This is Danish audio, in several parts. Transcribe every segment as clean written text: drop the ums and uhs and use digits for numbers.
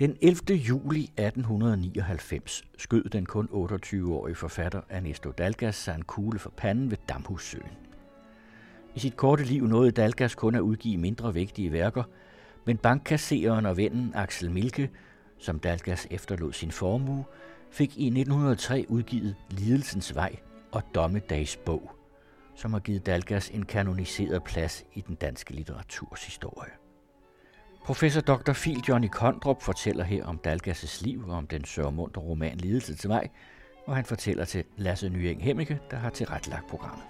Den 11. juli 1899 skød den kun 28-årige forfatter Ernesto Dalgas sig en kugle for panden ved Damhussøen. I sit korte liv nåede Dalgas kun at udgive mindre vigtige værker, men bankkassereren og vennen Axel Milke, som Dalgas efterlod sin formue, fik i 1903 udgivet Lidelsens Vej og Dommedagsbog, som har givet Dalgas en kanoniseret plads i den danske litteraturs historie. Professor Dr. Phil Johnny Kondrup fortæller her om Dalgas' liv og om den sørgemuntre roman Lidelsens Vej, og han fortæller til Lasse Nyeng Hemmicke, der har tilrettelagt programmet.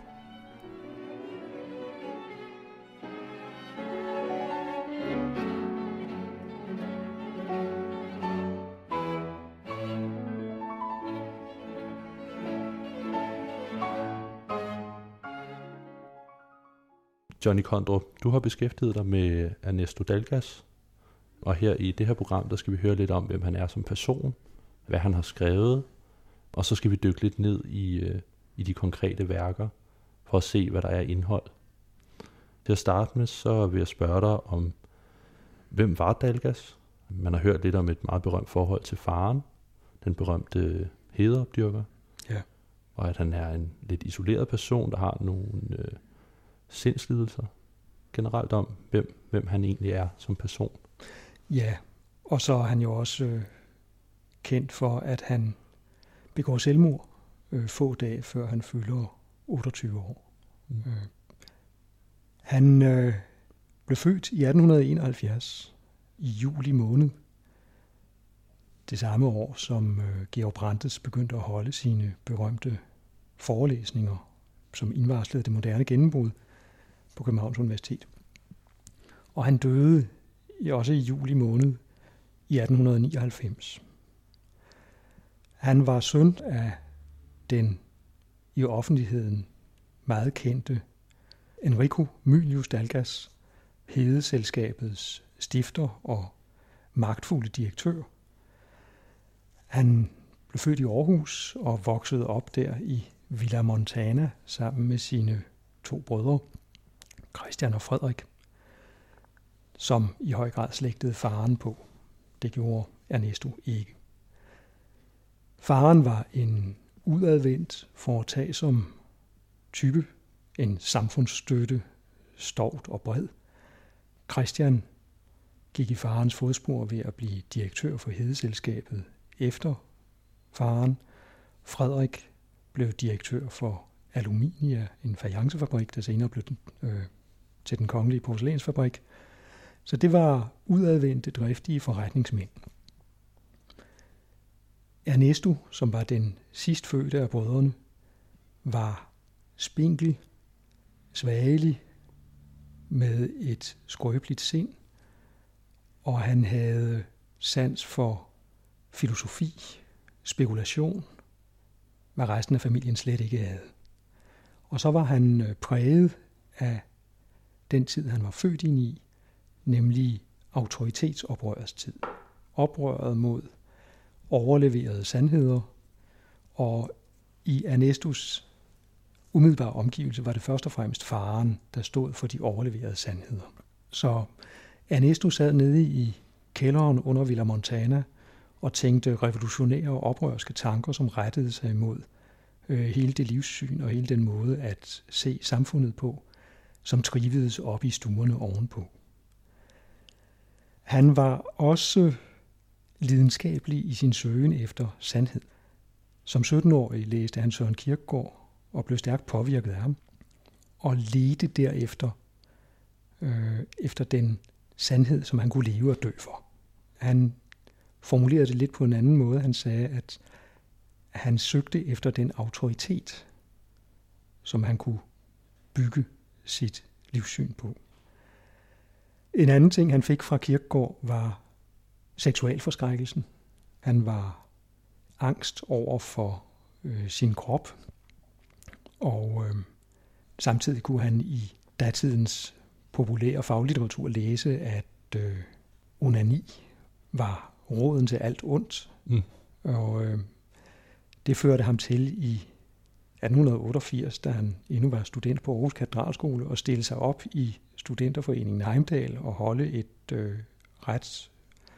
Johnny Kondrup, du har beskæftiget dig med Ernesto Dalgas, og her i det her program, der skal vi høre lidt om, hvem han er som person, hvad han har skrevet, og så skal vi dykke lidt ned i de konkrete værker, for at se, hvad der er indhold. Til at starte med, så vil jeg spørge dig om, hvem var Dalgas? Man har hørt lidt om et meget berømt forhold til faren, den berømte hedeopdyrker, ja. Og at han er en lidt isoleret person, der har nogle sindslidelser. Generelt om, hvem han egentlig er som person. Ja, og så er han jo også kendt for, at han begår selvmord få dage før han fylder 28 år. Han blev født i 1871 i juli måned. Det samme år, som Georg Brandes begyndte at holde sine berømte forelæsninger, som indvarslede det moderne gennembrud på Københavns Universitet. Og han døde også i juli måned i 1899. Han var søn af den i offentligheden meget kendte Enrico Mylius Dalgas, Hedeselskabets stifter og magtfulde direktør. Han blev født i Aarhus og voksede op der i Villa Montana sammen med sine 2 brødre, Christian og Frederik, som i høj grad slægtede faren på. Det gjorde Ernesto ikke. Faren var en udadvendt, foretagsom type, en samfundsstøtte, stovt og bred. Christian gik i farens fodspor ved at blive direktør for Hedeselskabet efter faren. Frederik blev direktør for Aluminia, en fajancefabrik, der senere blev til den kongelige porcelænsfabrik. Så det var udadvendte, driftige forretningsmænd. Ernesto, som var den sidstfødte af brødrene, var spinkel, svagelig, med et skrøbeligt sind, og han havde sans for filosofi, spekulation, hvad resten af familien slet ikke havde. Og så var han præget af den tid, han var født ind i, nemlig autoritetsoprørets tid. Oprøret mod overleverede sandheder, og i Ernestos umiddelbare omgivelse var det først og fremmest faren, der stod for de overleverede sandheder. Så Ernesto sad nede i kælderen under Villa Montana og tænkte revolutionære og oprørske tanker, som rettede sig imod hele det livssyn og hele den måde at se samfundet på, som trivedes op i stuerne ovenpå. Han var også lidenskabelig i sin søgen efter sandhed. Som 17-årig læste han Søren Kierkegaard og blev stærkt påvirket af ham, og ledte derefter efter den sandhed, som han kunne leve og dø for. Han formulerede det lidt på en anden måde. Han sagde, at han søgte efter den autoritet, som han kunne bygge sit livssyn på. En anden ting, han fik fra Kierkegaard, var seksualforskrækkelsen. Han var angst over for sin krop, og samtidig kunne han i datidens populære faglitteratur læse, at onani var roden til alt ondt. Og det førte ham til i 1888, da han endnu var student på Aarhus Katedralskole, og stille sig op i Studenterforeningen Heimdal og holde et ret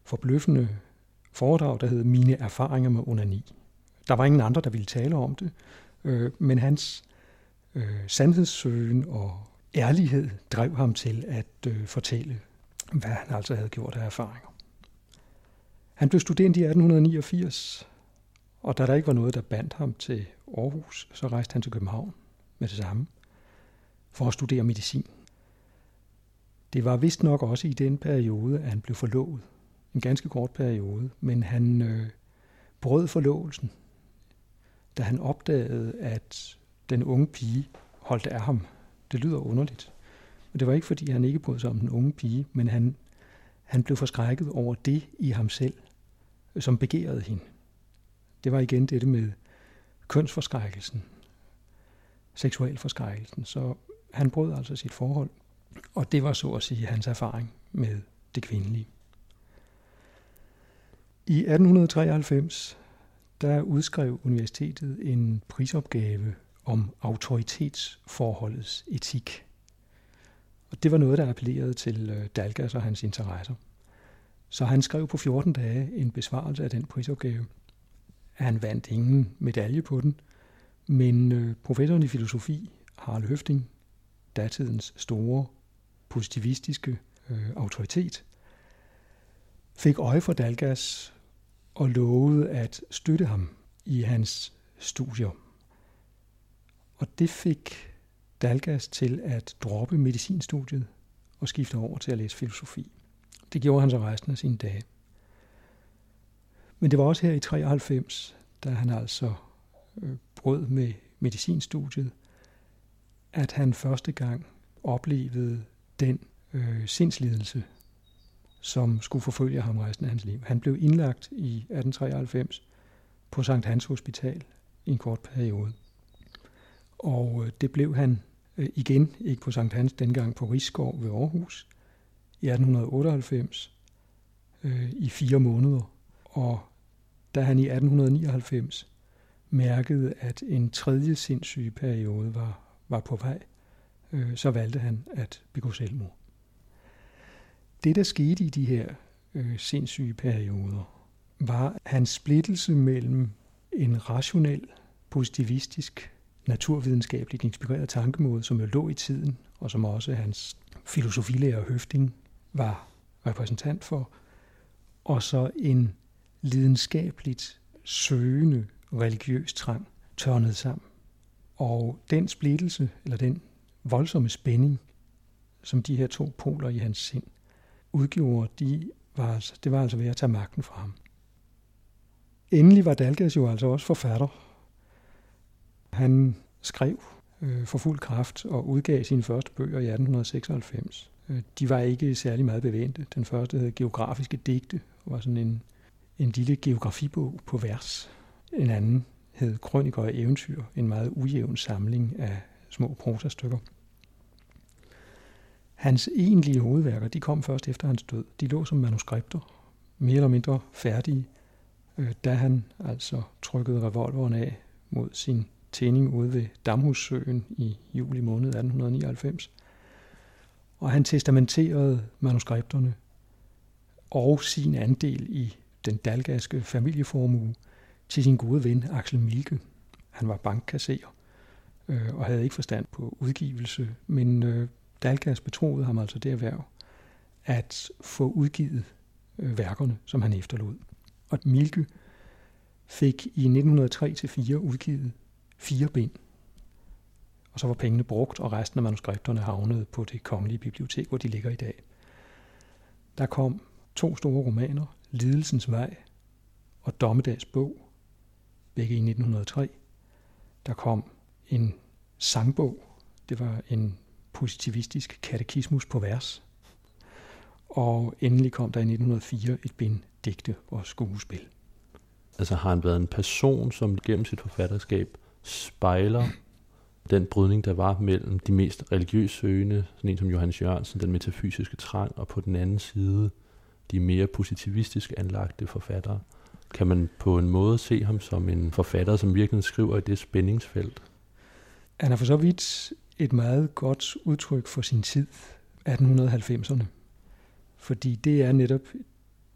forbløffende foredrag, der hed Mine erfaringer med onani. Der var ingen andre, der ville tale om det, men hans sandhedssøgen og ærlighed drev ham til at fortælle, hvad han altså havde gjort af erfaringer. Han blev student i 1889, og da der ikke var noget, der bandt ham til Aarhus, så rejste han til København med det samme for at studere medicin. Det var vist nok også i den periode, at han blev forlovet. En ganske kort periode, men han brød forlovelsen, da han opdagede, at den unge pige holdt af ham. Det lyder underligt. Og det var ikke, fordi han ikke brød sig om den unge pige, men han blev forskrækket over det i ham selv, som begærede hende. Det var igen dette med kønsforskrækkelsen, seksualforskrækkelsen. Så han brød altså sit forhold, og det var så at sige hans erfaring med det kvindelige. I 1893, der udskrev universitetet en prisopgave om autoritetsforholdets etik. Og det var noget, der appellerede til Dalgas og hans interesser. Så han skrev på 14 dage en besvarelse af den prisopgave. Han vandt ingen medalje på den, men professoren i filosofi, Harald Høffding, datidens store positivistiske autoritet, fik øje for Dalgas og lovede at støtte ham i hans studier. Og det fik Dalgas til at droppe medicinstudiet og skifte over til at læse filosofi. Det gjorde han så resten af sine dage. Men det var også her i 93, da han altså brød med medicinstudiet, at han første gang oplevede den sindslidelse, som skulle forfølge ham resten af hans liv. Han blev indlagt i 1893 på Sankt Hans Hospital i en kort periode. Og det blev han igen, ikke på Sankt Hans, dengang på Risskov ved Aarhus, i 1898 i 4 måneder. Og da han i 1899 mærkede, at en tredje sindssygeperiode var på vej, så valgte han at begå selvmord. Det, der skete i de her sindssygeperioder, var hans splittelse mellem en rationel, positivistisk, naturvidenskabeligt inspireret tankemåde, som jo lå i tiden, og som også hans filosofilærer Høffding var repræsentant for, og så en lidenskabeligt søgende religiøs trang tørnet sammen. Og den splittelse, eller den voldsomme spænding, som de her 2 poler i hans sind udgjorde, det var altså ved at tage magten fra ham. Endelig var Dalgas jo altså også forfatter. Han skrev for fuld kraft og udgav sine første bøger i 1896. De var ikke særlig meget bevægende. Den første hed Geografiske digte, og var sådan en lille geografibog på vers. En anden hed Krøniker og eventyr, en meget ujævn samling af små prosastykker. Hans egentlige hovedværker, de kom først efter hans død. De lå som manuskripter, mere eller mindre færdige, da han altså trykkede revolveren af mod sin tænding ude ved Damhussøen i juli måned 1899. Og han testamenterede manuskripterne og sin andel i den dalgaske familieformue til sin gode ven Axel Mielke. Han var bankkasserer og havde ikke forstand på udgivelse, men Dalgas betroede ham altså det erhverv at få udgivet værkerne, som han efterlod. Og Mielke fik i 1903-4 udgivet 4 bind. Og så var pengene brugt, og resten af manuskripterne havnede på det kongelige bibliotek, hvor de ligger i dag. Der kom 2 store romaner, Lidelsens Vej og Dommedags Bog, begge i 1903. Der kom en sangbog, det var en positivistisk katekismus på vers. Og endelig kom der i 1904 et bind digte og skuespil. Altså har han været en person, som gennem sit forfatterskab spejler den brydning, der var mellem de mest religiøst søgende, sådan en som Johannes Jørgensen, den metafysiske trang, og på den anden side de mere positivistisk anlagte forfattere. Kan man på en måde se ham som en forfatter, som virkelig skriver i det spændingsfelt? Han er for så vidt et meget godt udtryk for sin tid, 1890'erne. Fordi det er netop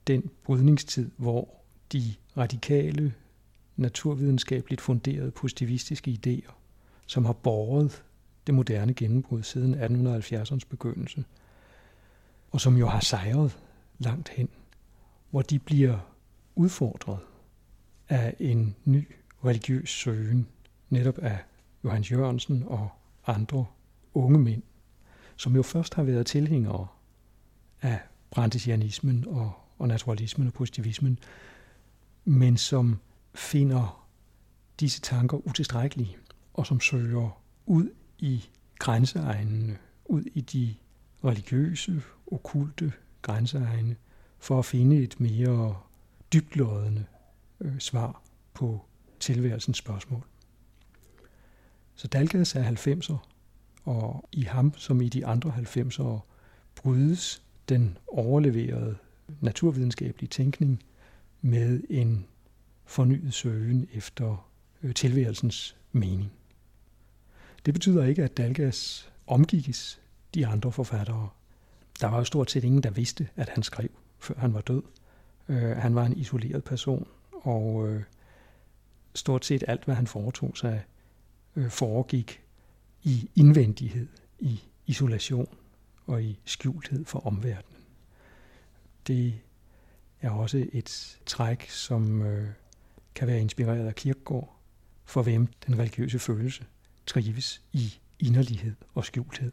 den brydningstid, hvor de radikale, naturvidenskabeligt funderede positivistiske idéer, som har båret det moderne gennembrud siden 1870'ernes begyndelse, og som jo har sejret langt hen, hvor de bliver udfordret af en ny religiøs søgen, netop af Johannes Jørgensen og andre unge mænd, som jo først har været tilhængere af brandesianismen og naturalismen og positivismen, men som finder disse tanker utilstrækkelige, og som søger ud i grænseegnene, ud i de religiøse, okkulte grænseegne, for at finde et mere dybtloddende svar på tilværelsens spørgsmål. Så Dalgas er 90'er, og i ham, som i de andre 90'ere, brydes den overleverede naturvidenskabelige tænkning med en fornyet søgen efter tilværelsens mening. Det betyder ikke, at Dalgas omgikkes de andre forfattere. Der var jo stort set ingen, der vidste, at han skrev, før han var død. Han var en isoleret person, og stort set alt, hvad han foretog sig, foregik i indvendighed, i isolation og i skjulthed for omverdenen. Det er også et træk, som kan være inspireret af Kierkegaard, for hvem den religiøse følelse trives i inderlighed og skjulthed.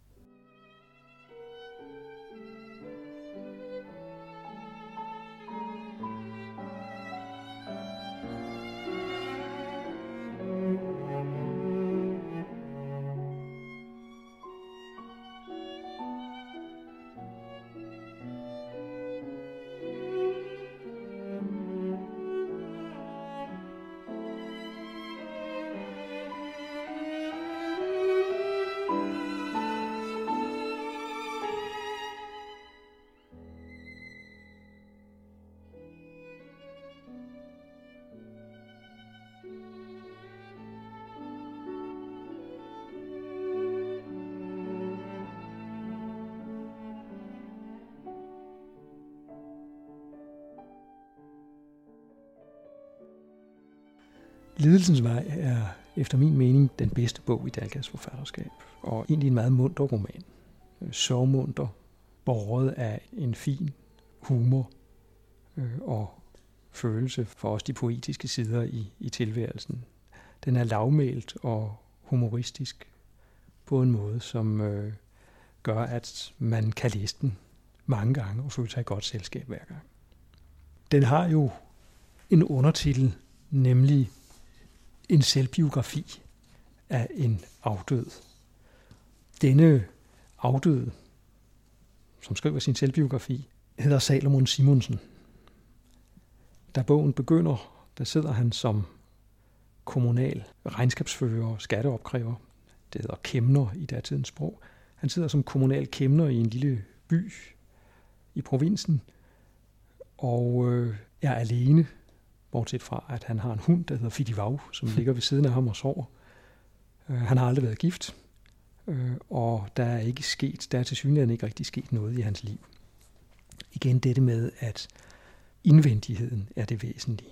Lidelsens vej er efter min mening den bedste bog i Dalgas forfatterskab, og egentlig en meget munter roman. Sørgmunter, båret af en fin humor og følelse for os de poetiske sider i tilværelsen. Den er lavmælt og humoristisk på en måde, som gør, at man kan læse den mange gange og føle sig i godt selskab hver gang. Den har jo en undertitel, nemlig en selvbiografi af en afdød. Denne afdøde, som skriver sin selvbiografi, hedder Salomon Simonsen. Da bogen begynder, der sidder han som kommunal regnskabsfører og skatteopkræver. Det hedder kemner i datidens sprog. Han sidder som kommunal kemner i en lille by i provinsen, og er alene, bortset fra, at han har en hund, der hedder Fidivav, som ligger ved siden af ham og sover. Han har aldrig været gift, og der er tilsyneladende ikke rigtig sket noget i hans liv. Igen dette med, at indvendigheden er det væsentlige.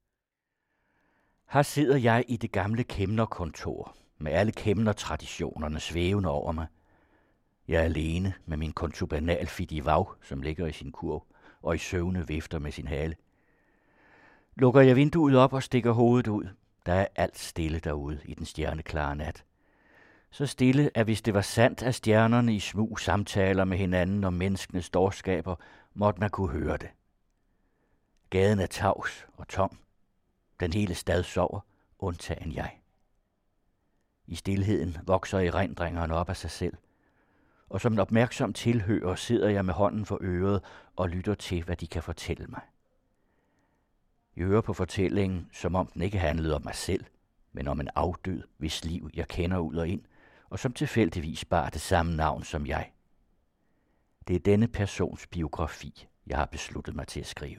Her sidder jeg i det gamle kemnerkontor, med alle kemnertraditionerne svævende over mig. Jeg er alene med min kontubanal Fidivav, som ligger i sin kurv, og i søvne vifter med sin hale. Lukker jeg vinduet op og stikker hovedet ud, der er alt stille derude i den stjerneklare nat. Så stille, at hvis det var sandt, at stjernerne i smug samtaler med hinanden om menneskenes dårskaber, måtte man kunne høre det. Gaden er tavs og tom. Den hele stad sover, undtagen jeg. I stilheden vokser erindringerne op af sig selv, og som en opmærksom tilhører sidder jeg med hånden for øret og lytter til, hvad de kan fortælle mig. Jeg hører på fortællingen, som om den ikke handlede om mig selv, men om en afdød, hvis liv jeg kender ud og ind, og som tilfældigvis bar det samme navn som jeg. Det er denne persons biografi, jeg har besluttet mig til at skrive.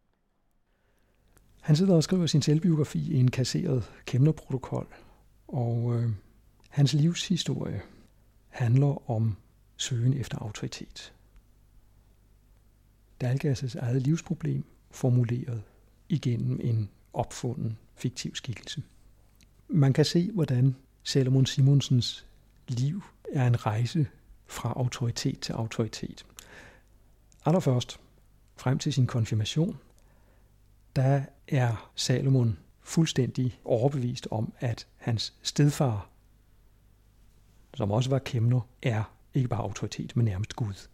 Han sidder og skriver sin selvbiografi i en kasseret kemnerprotokol, og hans livshistorie handler om søgen efter autoritet. Dalgas' eget livsproblem formuleret igennem en opfunden fiktiv skikkelse. Man kan se, hvordan Salomon Simonsens liv er en rejse fra autoritet til autoritet. Allerførst, frem til sin konfirmation, der er Salomon fuldstændig overbevist om, at hans stedfar, som også var kemner, er ikke bare autoritet, men nærmest Gud.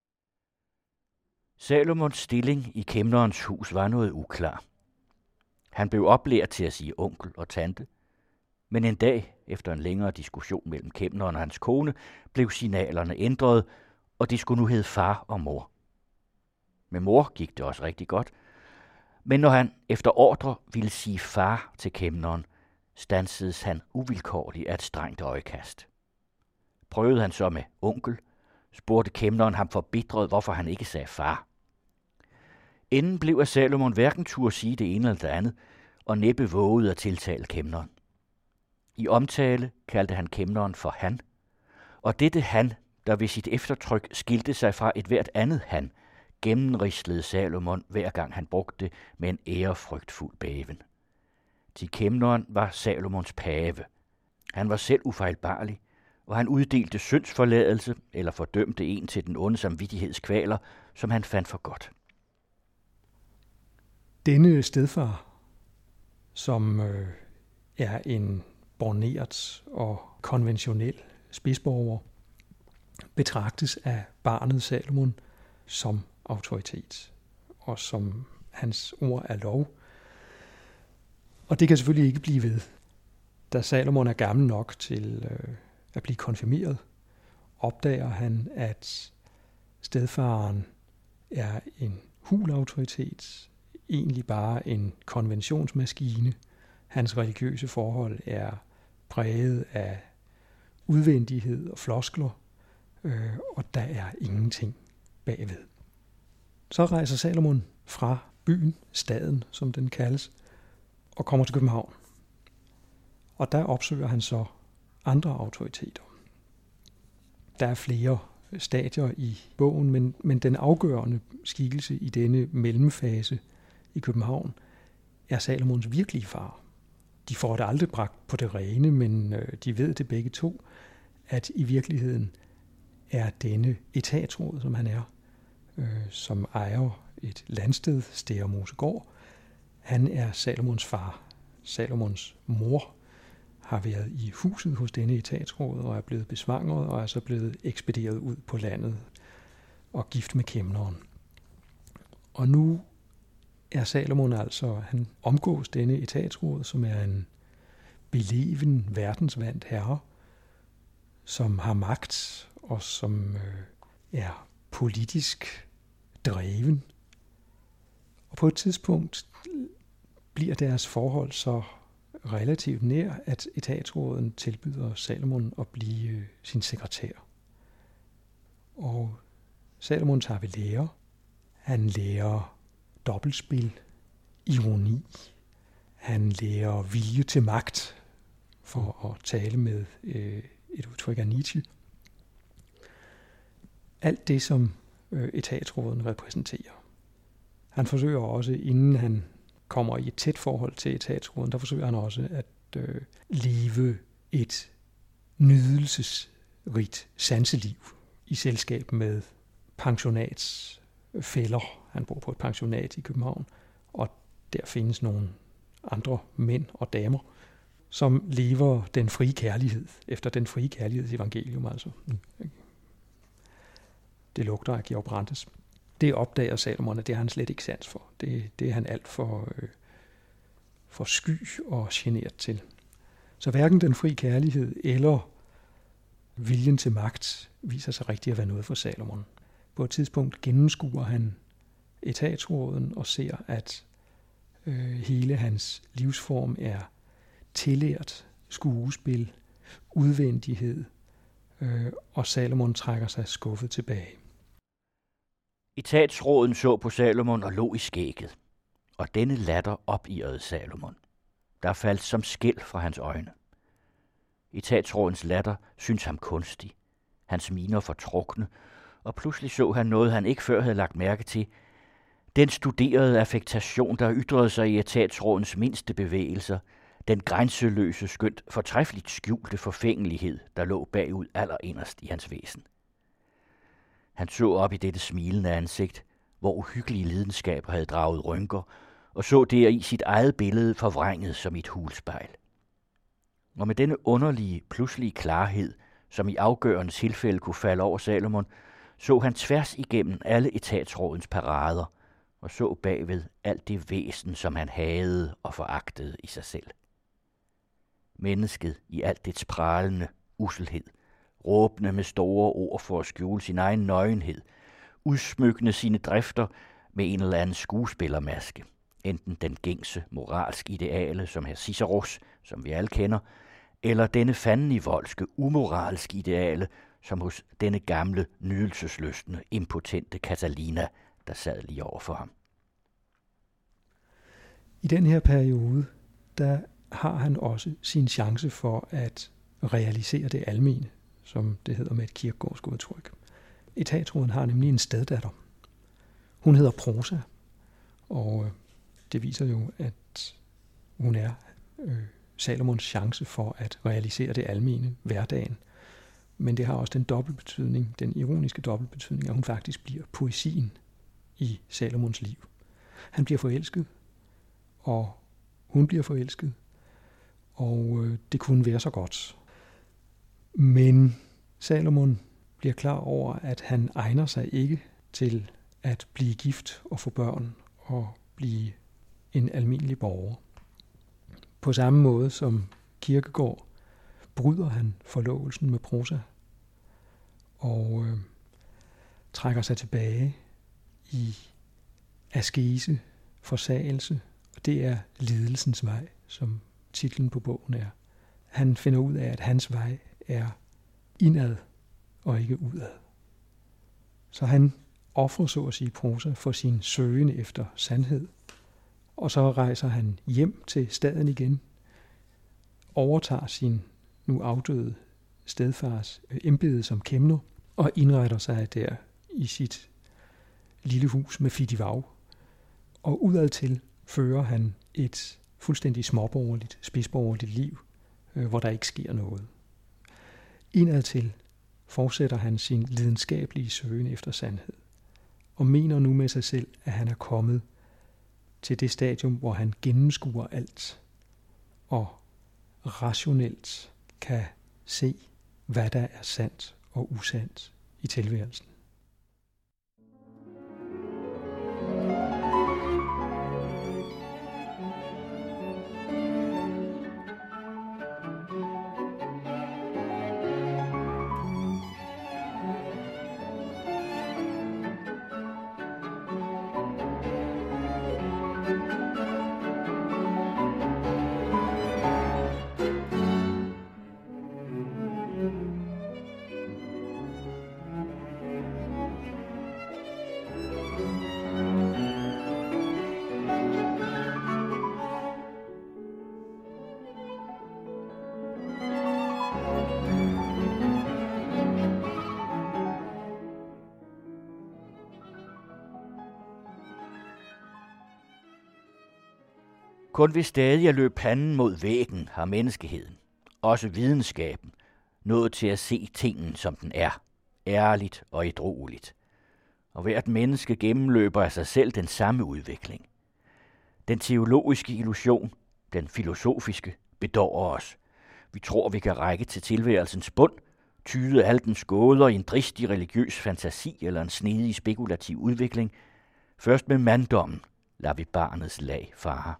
Salomons stilling i kemnerens hus var noget uklar. Han blev oplært til at sige onkel og tante, men en dag, efter en længere diskussion mellem kemneren og hans kone, blev signalerne ændret, og det skulle nu hedde far og mor. Med mor gik det også rigtig godt, men når han efter ordre ville sige far til kemneren, standsedes han uvilkårligt af et strengt øjekast. Prøvede han så med onkel, spurgte kemneren ham forbitret, hvorfor han ikke sagde far. Enden blev, at Salomon hverken turde sige det ene eller det andet, og næppe vågede at tiltale kemneren. I omtale kaldte han kemneren for han, og dette han, der ved sit eftertryk skilte sig fra et hvert andet han, gennemrislede Salomon hver gang han brugte det med en ærefrygtfuld bæven. Til kemneren var Salomons pave. Han var selv ufejlbarlig, og han uddelte syndsforladelse eller fordømte en til den onde samvittighedskvaler, som han fandt for godt. Denne stedfar, som er en borneret og konventionel spidsborger, betragtes af barnet Salomon som autoritet, og som hans ord er lov. Og det kan selvfølgelig ikke blive ved. Da Salomon er gammel nok til at blive konfirmeret, opdager han, at stedfaren er en hul autoritet, egentlig bare en konventionsmaskine. Hans religiøse forhold er præget af udvendighed og floskler, og der er ingenting bagved. Så rejser Salomon fra byen, staden som den kaldes, og kommer til København. Og der opsøger han så andre autoriteter. Der er flere stadier i bogen, men den afgørende skikkelse i denne mellemfase i København er Salomons virkelige far. De får det aldrig bragt på det rene, men de ved det begge to, at i virkeligheden er denne etatsråd, som han er, som ejer et landsted, Stæremosegård, han er Salomons far. Salomons mor har været i huset hos denne etatsråd og er blevet besvangret og er så blevet ekspederet ud på landet og gift med kemneren. Og nu er Salomon altså, han omgås denne etatsråd, som er en beleven, verdensvant herre, som har magt og som er politisk dreven. Og på et tidspunkt bliver deres forhold så relativt nær, at etatsråden tilbyder Salomon at blive sin sekretær. Og Salomon tager ved lære. Han lærer dobbeltspil, ironi. Han lærer vilje til magt, for at tale med et udtryk af Nietzsche. Alt det, som etatsråden repræsenterer. Han forsøger også, inden han kommer i et tæt forhold til etatsråden, der forsøger han også at leve et nydelsesrigt sanseliv i selskab med pensionatsfæller. Han bor på et pensionat i København, og der findes nogle andre mænd og damer, som lever den frie kærlighed, efter den frie kærligheds evangelium altså. Det lugter af Georg Brandes. Det opdager Salomon, at det har han slet ikke sans for. Det er han alt for sky og genert til. Så hverken den frie kærlighed eller viljen til magt viser sig rigtig at være noget for Salomon. På et tidspunkt gennemskuer han etatsråden og ser, at hele hans livsform er tillært skuespil, udvendighed, og Salomon trækker sig skuffet tilbage. Etatsråden så på Salomon og lå i skægget, og denne latter opirrede Salomon. Der faldt som skæld fra hans øjne. Etatsrådens latter syntes ham kunstig, hans miner fortrukne, og pludselig så han noget, han ikke før havde lagt mærke til, Den studerede affektation, der ytrede sig i etatsrådens mindste bevægelser, den grænseløse, skønt fortræffeligt skjulte forfængelighed, der lå bagud allerinderst i hans væsen. Han så op i dette smilende ansigt, hvor uhyggelige lidenskaber havde draget rynker, og så deri sit eget billede forvrænget som et hulspejl. Og med denne underlige, pludselige klarhed, som i afgørende tilfælde kunne falde over Salomon, så han tværs igennem alle etatsrådens parader, og så bagved alt det væsen, som han hadede og foragtede i sig selv. Mennesket i alt dets pralende usselhed, råbende med store ord for at skjule sin egen nøgenhed, udsmykkende sine drifter med en eller anden skuespillermaske, enten den gængse moralsk ideale som her Ciceros, som vi alle kender, eller denne fandenivoldske umoralske ideale, som hos denne gamle, nydelseslystne, impotente Catalina, der sad lige over for ham. I den her periode, der har han også sin chance for at realisere det almene, som det hedder med et kirkegårdsk udtryk. Etatsråden har nemlig en steddatter. Hun hedder Prosa, og det viser jo, at hun er Salomons chance for at realisere det almene, hverdagen. Men det har også den dobbeltbetydning, den ironiske dobbeltbetydning, at hun faktisk bliver poesien i Salomons liv. Han bliver forelsket, og hun bliver forelsket, og det kunne være så godt. Men Salomon bliver klar over, at han egner sig ikke til at blive gift og få børn og blive en almindelig borger. På samme måde som Kierkegaard bryder han forlovelsen med Prosa og trækker sig tilbage i askese, forsagelse, og det er lidelsens vej, som titlen på bogen er. Han finder ud af, at hans vej er indad og ikke udad. Så han ofrer så at sige Prosa for sin søgen efter sandhed, og så rejser han hjem til staden igen, overtager sin nu afdøde stedfars embede som kæmner og indretter sig der i sit lille hus med Fidivav. Og udadtil fører han et fuldstændig småborgerligt, spidsborgerligt liv, hvor der ikke sker noget. Indadtil fortsætter han sin lidenskabelige søgen efter sandhed, og mener nu med sig selv, at han er kommet til det stadium, hvor han gennemskuer alt og rationelt kan se, hvad der er sandt og usandt i tilværelsen. Kun ved stadig at løbe panden mod væggen har menneskeheden, også videnskaben, nået til at se tingen, som den er, ærligt og ædrueligt. Og hvert menneske gennemløber af sig selv den samme udvikling. Den teologiske illusion, den filosofiske, bedårer os. Vi tror, vi kan række til tilværelsens bund, tyde alle dens gåder i en dristig religiøs fantasi eller en snedig spekulativ udvikling. Først med manddommen lader vi barnets lag fare.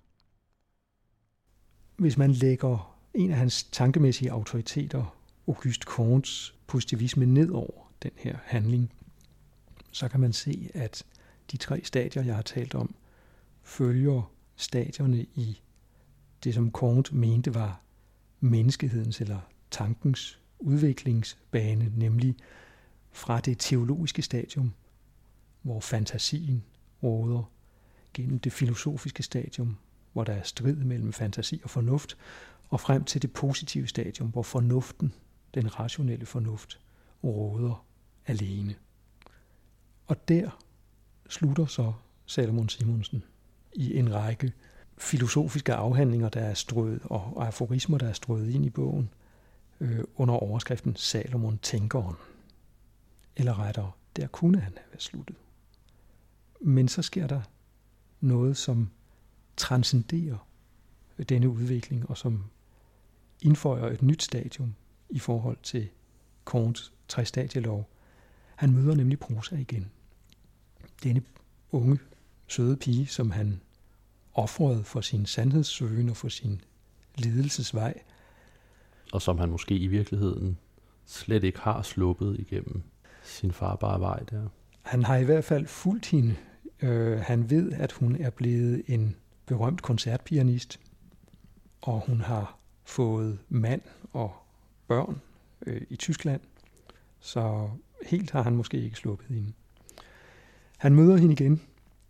Hvis man lægger en af hans tankemæssige autoriteter, Auguste Comtes positivisme, ned over den her handling, så kan man se, at de 3 stadier, jeg har talt om, følger stadierne i det, som Comte mente var menneskehedens eller tankens udviklingsbane, nemlig fra det teologiske stadium, hvor fantasien råder, gennem det filosofiske stadium, hvor der er strid mellem fantasi og fornuft, og frem til det positive stadium, hvor fornuften, den rationelle fornuft, råder alene. Og der slutter så Salomon Simonsen i en række filosofiske afhandlinger, der er strøget, og aforismer, der er strøget ind i bogen, under overskriften Salomon Tænkeren. Eller rettere, der kunne han have sluttet. Men så sker der noget, som transcenderer denne udvikling, og som indføjer et nyt stadium i forhold til Korns trestadielov. Han møder nemlig prosa igen. Denne unge, søde pige, som han ofrede for sin sandhedssøgen og for sin lidelsesvej. Og som han måske i virkeligheden slet ikke har sluppet igennem sin farbare vej der. Han har i hvert fald fulgt hende. Han ved, at hun er blevet en berømt koncertpianist, og hun har fået mand og børn i Tyskland, så helt har han måske ikke sluppet hende. Han møder hende igen,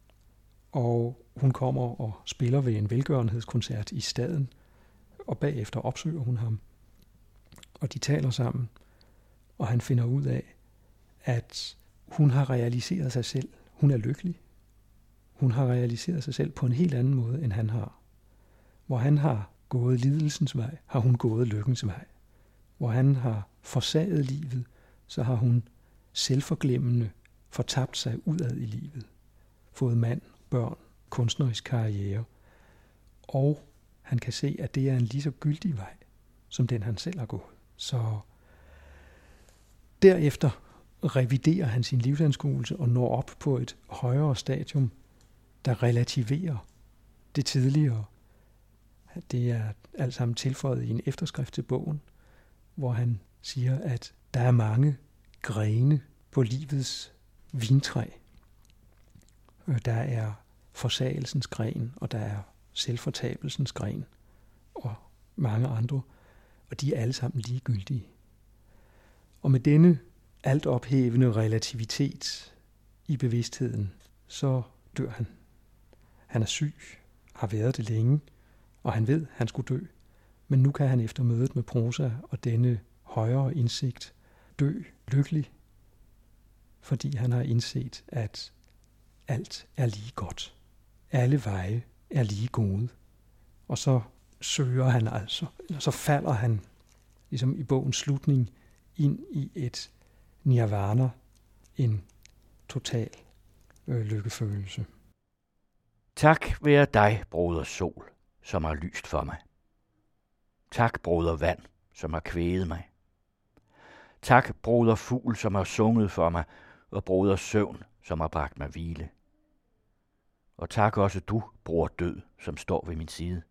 og hun kommer og spiller ved en velgørenhedskoncert i staden, og bagefter opsøger hun ham, og de taler sammen, og han finder ud af, at hun har realiseret sig selv. Hun er lykkelig. Hun har realiseret sig selv på en helt anden måde, end han har. Hvor han har gået lidelsens vej, har hun gået lykkens vej. Hvor han har forsaget livet, så har hun selvforglemmende fortabt sig udad i livet. Fået mand, børn, kunstnerisk karriere. Og han kan se, at det er en lige så gyldig vej, som den han selv har gået. Så derefter reviderer han sin livsanskuelse og når op på et højere stadium, der relativerer det tidligere. Det er alt sammen tilføjet i en efterskrift til bogen, hvor han siger, at der er mange grene på livets vintræ. Der er forsagelsens gren, og der er selvfortabelsens gren, og mange andre, og de er alle sammen ligegyldige. Og med denne altophævende relativitet i bevidstheden, så dør han. Han er syg, har været det længe, og han ved, at han skulle dø. Men nu kan han efter mødet med prosa og denne højere indsigt dø lykkelig, fordi han har indset, at alt er lige godt. Alle veje er lige gode. Og så søger han altså, eller så falder han, ligesom i bogens slutning, ind i et nirvana, en total lykkefølelse. Tak være dig, broder sol, som har lyst for mig. Tak, broder vand, som har kvæget mig. Tak, broder fugl, som har sunget for mig, og broder søvn, som har bragt mig hvile. Og tak også du, bror død, som står ved min side.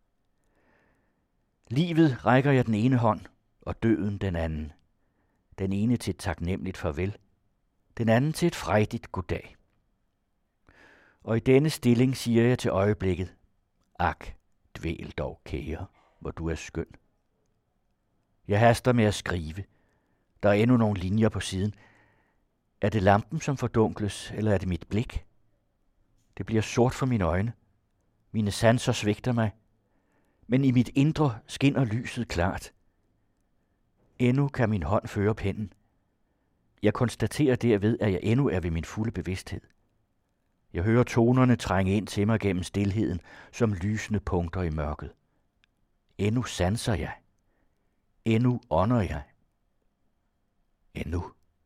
Livet rækker jeg den ene hånd, og døden den anden. Den ene til et taknemmeligt farvel, den anden til et frejdigt goddag. Og i denne stilling siger jeg til øjeblikket, ak, dvæl dog, kære, hvor du er skøn. Jeg haster med at skrive. Der er endnu nogle linjer på siden. Er det lampen, som fordunkles, eller er det mit blik? Det bliver sort for mine øjne. Mine sanser svigter mig. Men i mit indre skinner lyset klart. Endnu kan min hånd føre pennen. Jeg konstaterer derved, at jeg endnu er ved min fulde bevidsthed. Jeg hører tonerne trænge ind til mig gennem stilheden, som lysende punkter i mørket. Endnu sanser jeg. Endnu ånder jeg. Endnu.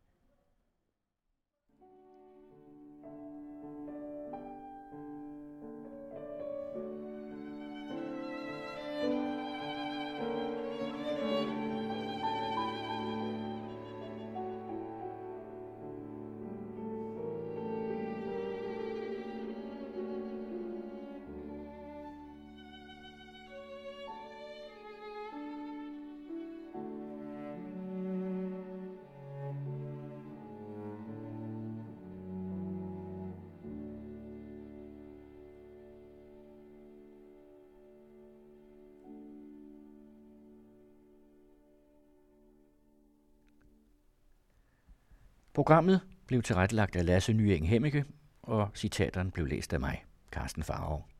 Programmet blev tilrettelagt af Lasse Nyeng Hemmeke, og citaterne blev læst af mig, Carsten Farov.